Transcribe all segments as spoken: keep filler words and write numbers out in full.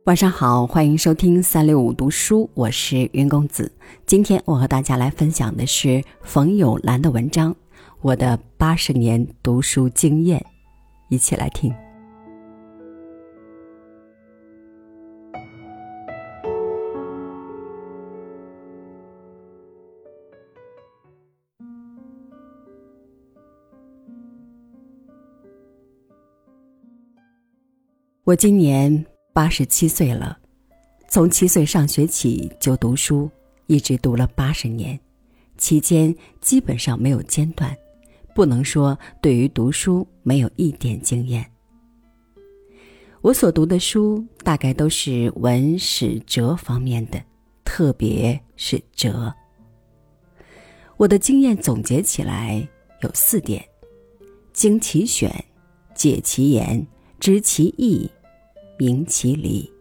晚上好，欢迎收听三六五读书，我是云公子。今天我和大家来分享的是冯友兰的文章《我的八十年读书经验》，一起来听。我今年八十七岁了，从七岁上学起就读书，一直读了八十年，期间基本上没有间断，不能说对于读书没有一点经验。我所读的书大概都是文史哲方面的，特别是哲。我的经验总结起来有四点：经其选，解其言，知其意，明其理。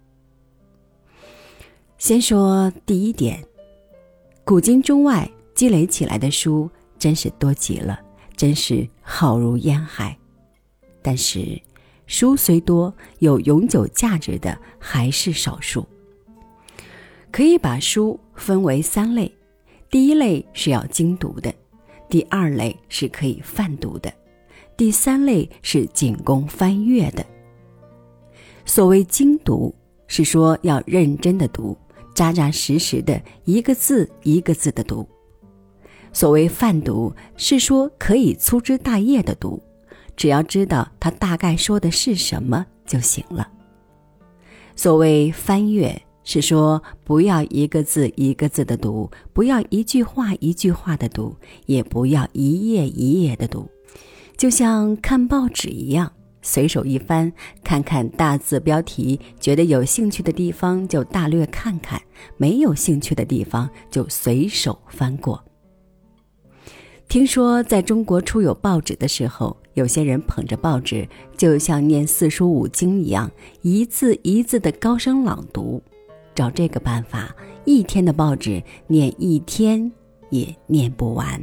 先说第一点，古今中外积累起来的书真是多极了，真是浩如烟海。但是书虽多，有永久价值的还是少数。可以把书分为三类，第一类是要精读的，第二类是可以泛读的，第三类是仅供翻阅的。所谓精读，是说要认真的读，扎扎实实的一个字一个字的读。所谓泛读，是说可以粗枝大叶的读，只要知道它大概说的是什么就行了。所谓翻阅，是说不要一个字一个字的读，不要一句话一句话的读，也不要一页一页的读，就像看报纸一样，随手一翻，看看大字标题，觉得有兴趣的地方就大略看看，没有兴趣的地方就随手翻过。听说在中国初有报纸的时候，有些人捧着报纸就像念四书五经一样，一字一字的高声朗读。照这个办法，一天的报纸念一天也念不完。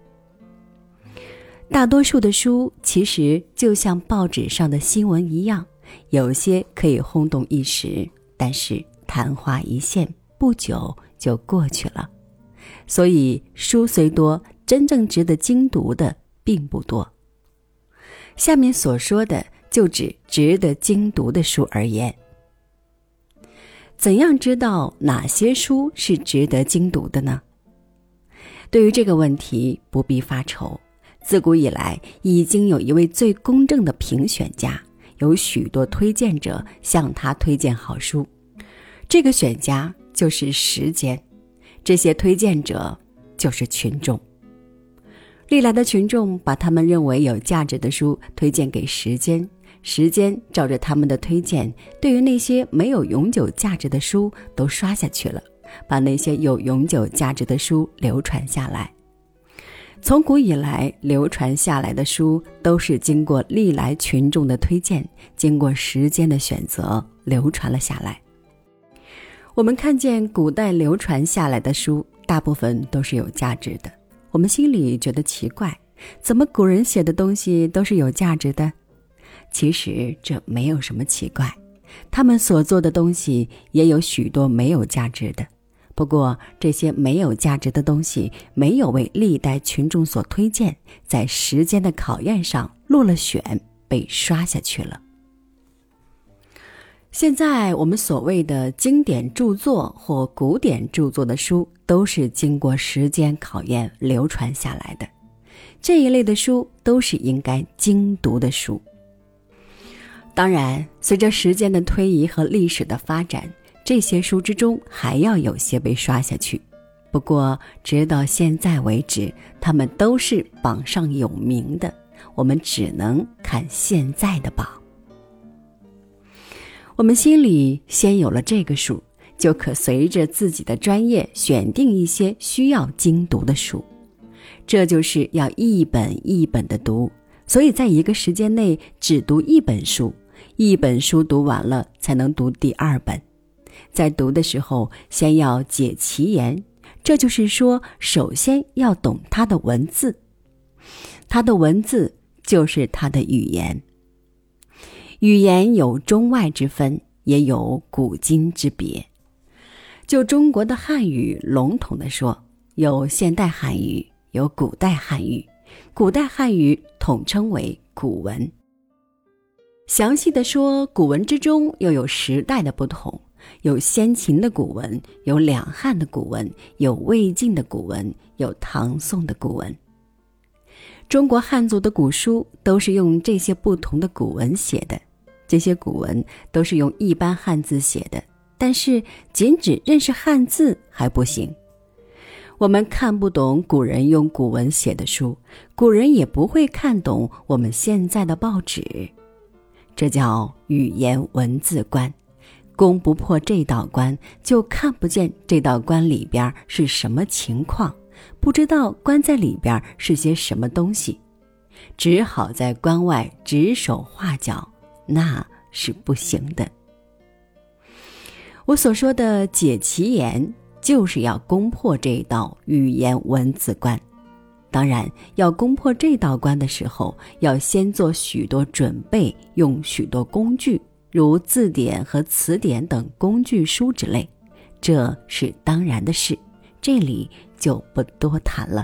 大多数的书其实就像报纸上的新闻一样，有些可以轰动一时，但是昙花一现，不久就过去了。所以书虽多，真正值得精读的并不多。下面所说的就指值得精读的书而言。怎样知道哪些书是值得精读的呢？对于这个问题不必发愁，自古以来已经有一位最公正的评选家，有许多推荐者向他推荐好书。这个选家就是时间，这些推荐者就是群众。历来的群众把他们认为有价值的书推荐给时间，时间照着他们的推荐，对于那些没有永久价值的书都刷下去了，把那些有永久价值的书流传下来。从古以来流传下来的书都是经过历来群众的推荐，经过时间的选择流传了下来。我们看见古代流传下来的书大部分都是有价值的，我们心里觉得奇怪，怎么古人写的东西都是有价值的？其实这没有什么奇怪，他们所做的东西也有许多没有价值的。不过这些没有价值的东西没有为历代群众所推荐，在时间的考验上落了选，被刷下去了。现在我们所谓的经典著作或古典著作的书，都是经过时间考验流传下来的。这一类的书都是应该精读的书。当然，随着时间的推移和历史的发展，这些书之中还要有些被刷下去。不过直到现在为止，他们都是榜上有名的，我们只能看现在的榜。我们心里先有了这个数，就可随着自己的专业选定一些需要精读的书。这就是要一本一本的读，所以在一个时间内只读一本书，一本书读完了才能读第二本。在读的时候先要解其言，这就是说首先要懂它的文字，它的文字就是它的语言。语言有中外之分， 也有古今之别。就中国的汉语笼统地说，有现代汉语，有古代汉语，古代汉语统称为古文。详细的说，古文之中又有时代的不同，有先秦的古文，有两汉的古文，有魏晋的古文，有唐宋的古文。中国汉族的古书都是用这些不同的古文写的，这些古文都是用一般汉字写的，但是仅只认识汉字还不行。我们看不懂古人用古文写的书，古人也不会看懂我们现在的报纸。这叫语言文字关，攻不破这道关，就看不见这道关里边是什么情况，不知道关在里边是些什么东西，只好在关外指手画脚，那是不行的。我所说的解其言，就是要攻破这道语言文字关。当然，要攻破这道关的时候，要先做许多准备，用许多工具，如字典和词典等工具书之类，这是当然的事，这里就不多谈了。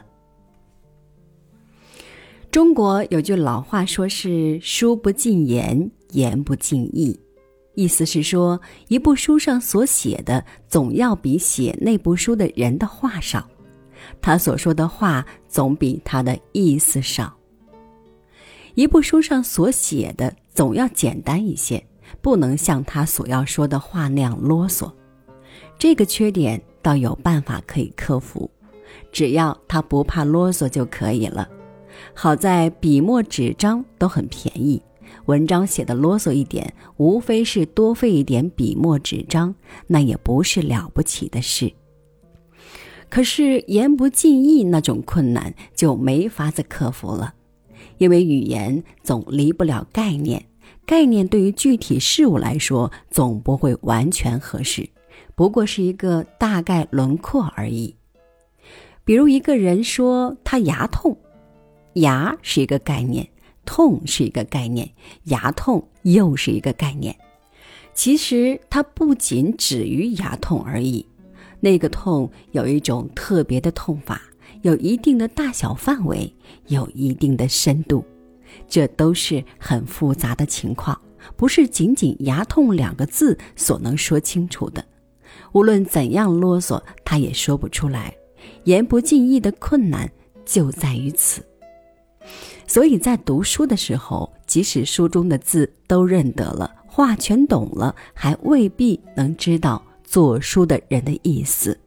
中国有句老话说是书不尽言，言不尽意，意思是说，一部书上所写的总要比写那部书的人的话少，他所说的话总比他的意思少。一部书上所写的总要简单一些，不能像他所要说的话那样啰嗦。这个缺点倒有办法可以克服，只要他不怕啰嗦就可以了。好在笔墨纸张都很便宜，文章写的啰嗦一点，无非是多费一点笔墨纸张，那也不是了不起的事。可是言不尽意那种困难就没法子克服了，因为语言总离不了概念，概念对于具体事物来说总不会完全合适，不过是一个大概轮廓而已。比如一个人说他牙痛，牙是一个概念，痛是一个概念，牙痛又是一个概念。其实它不仅止于牙痛而已，那个痛有一种特别的痛法，有一定的大小范围，有一定的深度，这都是很复杂的情况，不是仅仅牙痛两个字所能说清楚的。无论怎样啰嗦，他也说不出来，言不尽意的困难就在于此。所以在读书的时候，即使书中的字都认得了，话全懂了，还未必能知道做书的人的意思。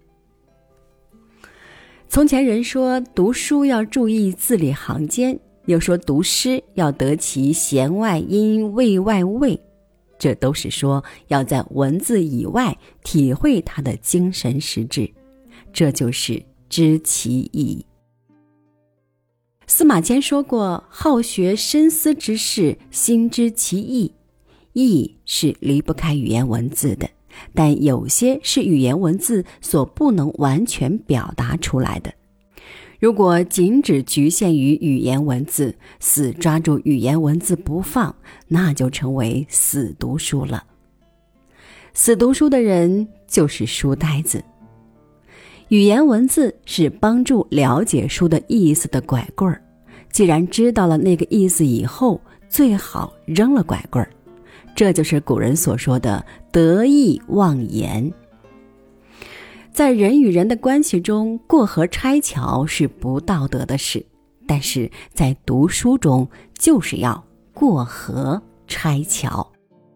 从前人说读书要注意字里行间，又说读诗要得其弦外音，味外味，这都是说要在文字以外体会它的精神实质，这就是知其意。司马迁说过，好学深思之事，心知其意。意是离不开语言文字的，但有些是语言文字所不能完全表达出来的。如果仅只局限于语言文字，死抓住语言文字不放，那就成为死读书了。死读书的人就是书呆子。语言文字是帮助了解书的意思的拐棍儿，既然知道了那个意思以后，最好扔了拐棍儿。这就是古人所说的得意忘言。在人与人的关系中，过河拆桥是不道德的事，但是在读书中就是要过河拆桥。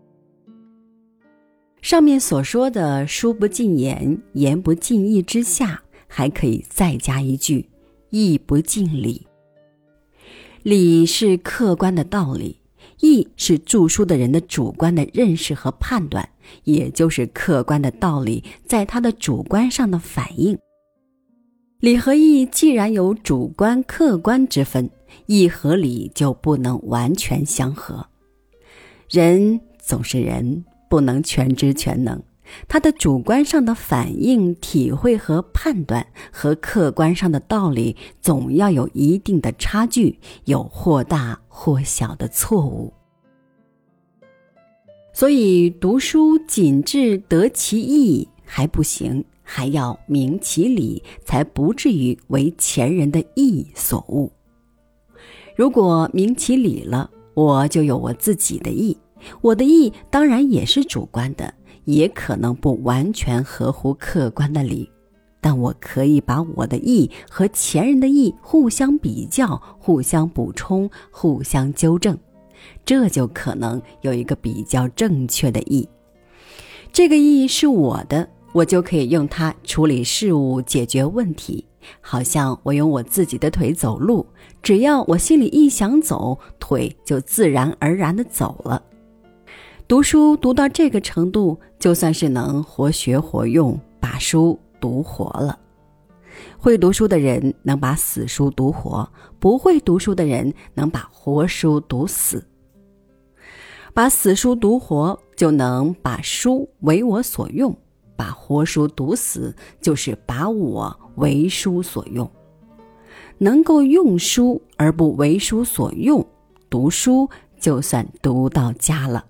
上面所说的书不尽言，言不尽意之下，还可以再加一句意不尽理。理是客观的道理，意是著书的人的主观的认识和判断，也就是客观的道理在他的主观上的反应。理和意既然有主观客观之分，意和理就不能完全相合。人总是人，不能全知全能，他的主观上的反应、体会和判断和客观上的道理总要有一定的差距，有或大或小的错误。 所以读书仅至得其意还不行，还要明其理，才不至于为前人的意所误。如果明其理了，我就有我自己的意，我的意当然也是主观的，也可能不完全合乎客观的理，但我可以把我的意和前人的意互相比较，互相补充，互相纠正，这就可能有一个比较正确的意。这个意是我的，我就可以用它处理事物，解决问题。好像我用我自己的腿走路，只要我心里一想走，腿就自然而然地走了。读书读到这个程度，就算是能活学活用，把书读活了。会读书的人能把死书读活，不会读书的人能把活书读死。把死书读活，就能把书为我所用，把活书读死，就是把我为书所用。能够用书而不为书所用，读书就算读到家了。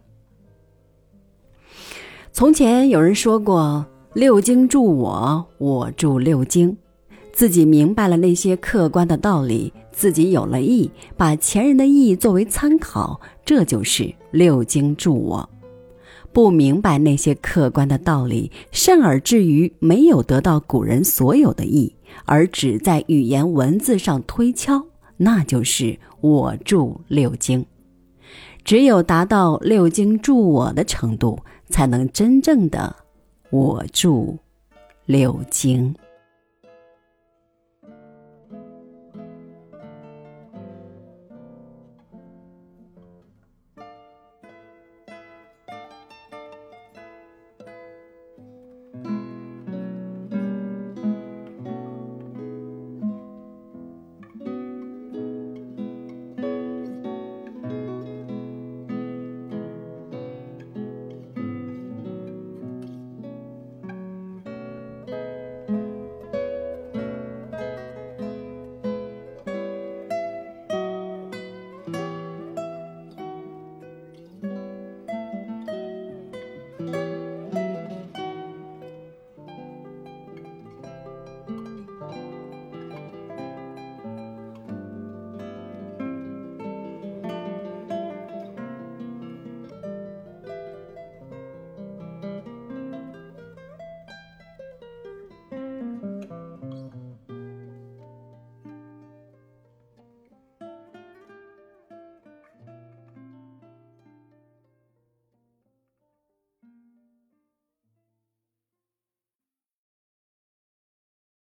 从前有人说过，六经助我，我助六经。自己明白了那些客观的道理，自己有了意，把前人的意作为参考，这就是六经助我。不明白那些客观的道理，甚而至于没有得到古人所有的意，而只在语言文字上推敲，那就是我助六经。只有达到六经助我的程度，才能真正的我助六经。